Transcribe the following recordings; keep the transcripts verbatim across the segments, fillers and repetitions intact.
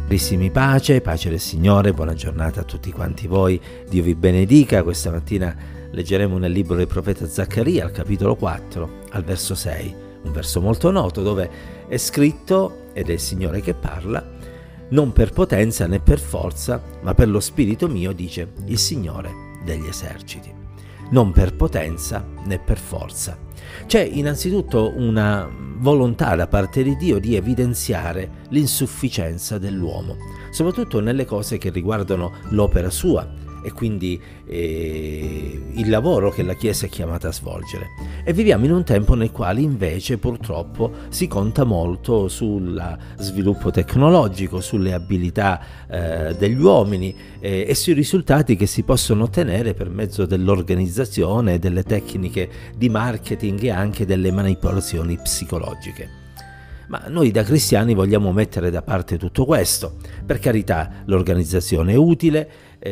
Carissimi, pace, pace del Signore, buona giornata a tutti quanti voi, Dio vi benedica. Questa mattina leggeremo nel libro del profeta Zaccaria, al capitolo quattro, al verso sei, un verso molto noto dove è scritto, ed è il Signore che parla: non per potenza né per forza, ma per lo spirito mio, dice il Signore degli eserciti. Non per potenza né per forza. C'è innanzitutto una volontà da parte di Dio di evidenziare l'insufficienza dell'uomo, soprattutto nelle cose che riguardano l'opera sua e quindi eh, il lavoro che la Chiesa è chiamata a svolgere. E viviamo in un tempo nel quale invece purtroppo si conta molto sul sviluppo tecnologico, sulle abilità eh, degli uomini eh, e sui risultati che si possono ottenere per mezzo dell'organizzazione, delle tecniche di marketing e anche delle manipolazioni psicologiche. Ma noi da cristiani vogliamo mettere da parte tutto questo. Per carità, l'organizzazione è utile,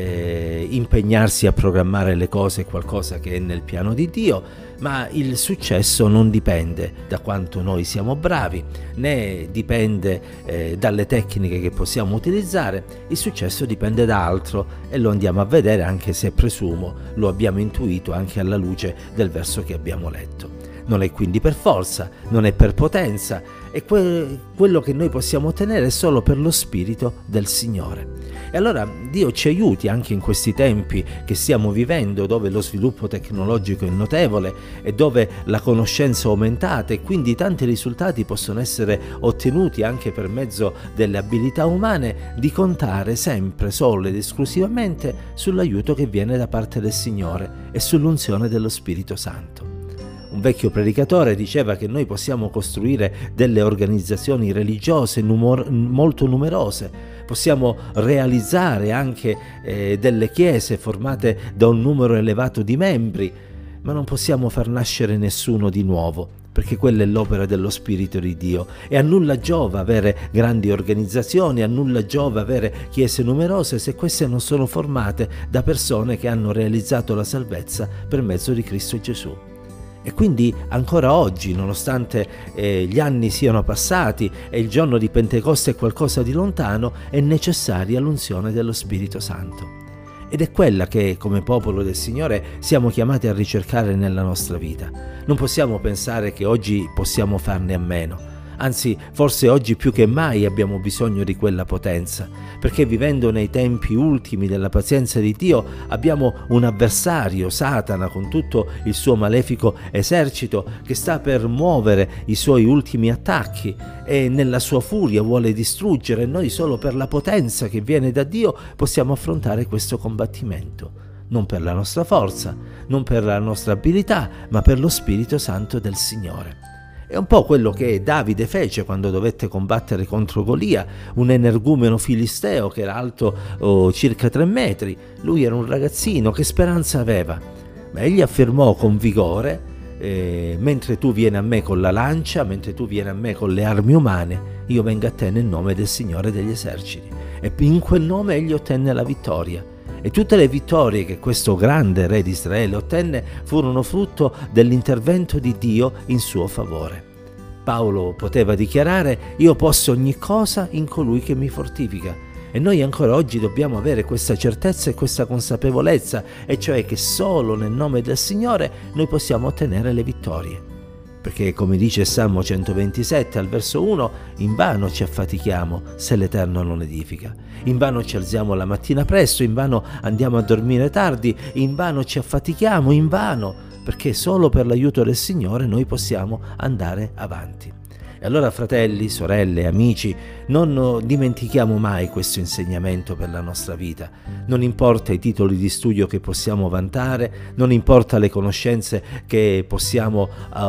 eh, impegnarsi a programmare le cose è qualcosa che è nel piano di Dio, ma il successo non dipende da quanto noi siamo bravi, né dipende eh, dalle tecniche che possiamo utilizzare. Il successo dipende da altro e lo andiamo a vedere, anche se presumo lo abbiamo intuito anche alla luce del verso che abbiamo letto. Non è quindi per forza, non è per potenza, e que- quello che noi possiamo ottenere è solo per lo Spirito del Signore. E allora Dio ci aiuti anche in questi tempi che stiamo vivendo, dove lo sviluppo tecnologico è notevole e dove la conoscenza è aumentata e quindi tanti risultati possono essere ottenuti anche per mezzo delle abilità umane, di contare sempre, solo ed esclusivamente sull'aiuto che viene da parte del Signore e sull'unzione dello Spirito Santo. Un vecchio predicatore diceva che noi possiamo costruire delle organizzazioni religiose numor- molto numerose, possiamo realizzare anche eh, delle chiese formate da un numero elevato di membri, ma non possiamo far nascere nessuno di nuovo, perché quella è l'opera dello Spirito di Dio, e a nulla giova avere grandi organizzazioni, a nulla giova avere chiese numerose se queste non sono formate da persone che hanno realizzato la salvezza per mezzo di Cristo Gesù. E quindi ancora oggi, nonostante eh, gli anni siano passati e il giorno di Pentecoste è qualcosa di lontano, è necessaria l'unzione dello Spirito Santo. Ed è quella che, come popolo del Signore, siamo chiamati a ricercare nella nostra vita. Non possiamo pensare che oggi possiamo farne a meno. Anzi, forse oggi più che mai abbiamo bisogno di quella potenza, perché vivendo nei tempi ultimi della pazienza di Dio abbiamo un avversario, Satana, con tutto il suo malefico esercito, che sta per muovere i suoi ultimi attacchi e nella sua furia vuole distruggere. Noi solo per la potenza che viene da Dio possiamo affrontare questo combattimento, non per la nostra forza, non per la nostra abilità, ma per lo Spirito Santo del Signore. È un po' quello che Davide fece quando dovette combattere contro Golia, un energumeno filisteo che era alto oh, circa tre metri. Lui era un ragazzino, che speranza aveva? Ma egli affermò con vigore: eh, mentre tu vieni a me con la lancia, mentre tu vieni a me con le armi umane, io vengo a te nel nome del Signore degli eserciti. E in quel nome egli ottenne la vittoria. E tutte le vittorie che questo grande re di Israele ottenne furono frutto dell'intervento di Dio in suo favore. Paolo poteva dichiarare: io posso ogni cosa in colui che mi fortifica. E noi ancora oggi dobbiamo avere questa certezza e questa consapevolezza, e cioè che solo nel nome del Signore noi possiamo ottenere le vittorie. Perché, come dice il Salmo centoventisette al verso uno, invano ci affatichiamo se l'Eterno non edifica. Invano ci alziamo la mattina presto, invano andiamo a dormire tardi, invano ci affatichiamo, invano, perché solo per l'aiuto del Signore noi possiamo andare avanti. E allora, fratelli, sorelle, amici, non dimentichiamo mai questo insegnamento per la nostra vita. Non importa i titoli di studio che possiamo vantare, non importa le conoscenze che possiamo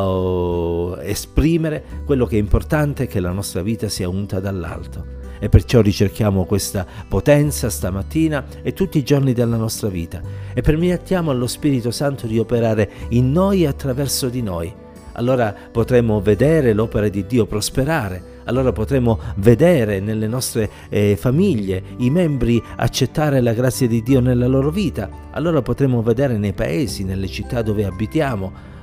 uh, esprimere, quello che è importante è che la nostra vita sia unta dall'alto. E perciò ricerchiamo questa potenza stamattina e tutti i giorni della nostra vita, e permettiamo allo Spirito Santo di operare in noi e attraverso di noi. Allora potremo vedere l'opera di Dio prosperare, allora potremo vedere nelle nostre eh, famiglie i membri accettare la grazia di Dio nella loro vita, allora potremo vedere nei paesi, nelle città dove abitiamo,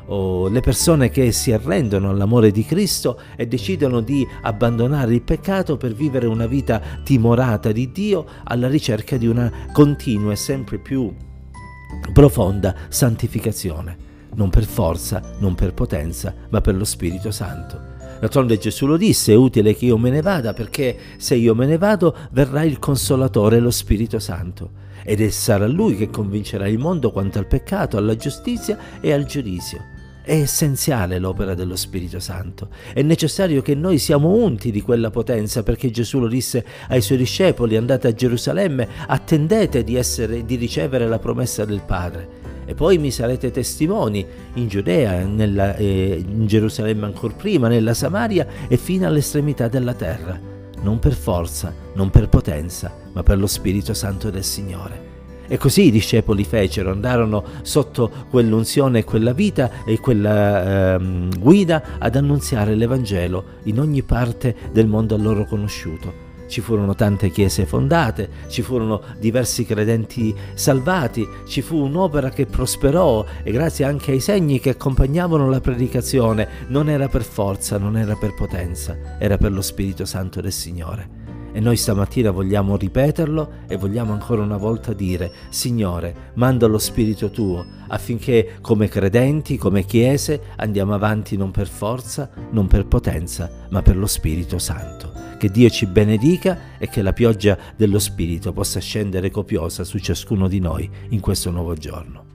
o le persone che si arrendono all'amore di Cristo e decidono di abbandonare il peccato per vivere una vita timorata di Dio alla ricerca di una continua e sempre più profonda santificazione, non per forza, non per potenza, ma per lo Spirito Santo. D'altronde Gesù lo disse: è utile che io me ne vada, perché se io me ne vado verrà il Consolatore, lo Spirito Santo, ed è sarà Lui che convincerà il mondo quanto al peccato, alla giustizia e al giudizio. È essenziale l'opera dello Spirito Santo. È necessario che noi siamo unti di quella potenza, perché Gesù lo disse ai Suoi discepoli: andate a Gerusalemme, attendete di essere, di ricevere la promessa del Padre. E poi mi sarete testimoni in Giudea, nella, eh, in Gerusalemme ancor prima, nella Samaria e fino all'estremità della terra. Non per forza, non per potenza, ma per lo Spirito Santo del Signore. E così i discepoli fecero, andarono sotto quell'unzione e quella vita e quella ehm, guida ad annunziare l'Evangelo in ogni parte del mondo a loro conosciuto. Ci furono tante chiese fondate, ci furono diversi credenti salvati, ci fu un'opera che prosperò e grazie anche ai segni che accompagnavano la predicazione. Non era per forza, non era per potenza, era per lo Spirito Santo del Signore. E noi stamattina vogliamo ripeterlo e vogliamo ancora una volta dire: Signore, manda lo Spirito Tuo affinché come credenti, come chiese, andiamo avanti non per forza, non per potenza, ma per lo Spirito Santo. Che Dio ci benedica e che la pioggia dello Spirito possa scendere copiosa su ciascuno di noi in questo nuovo giorno.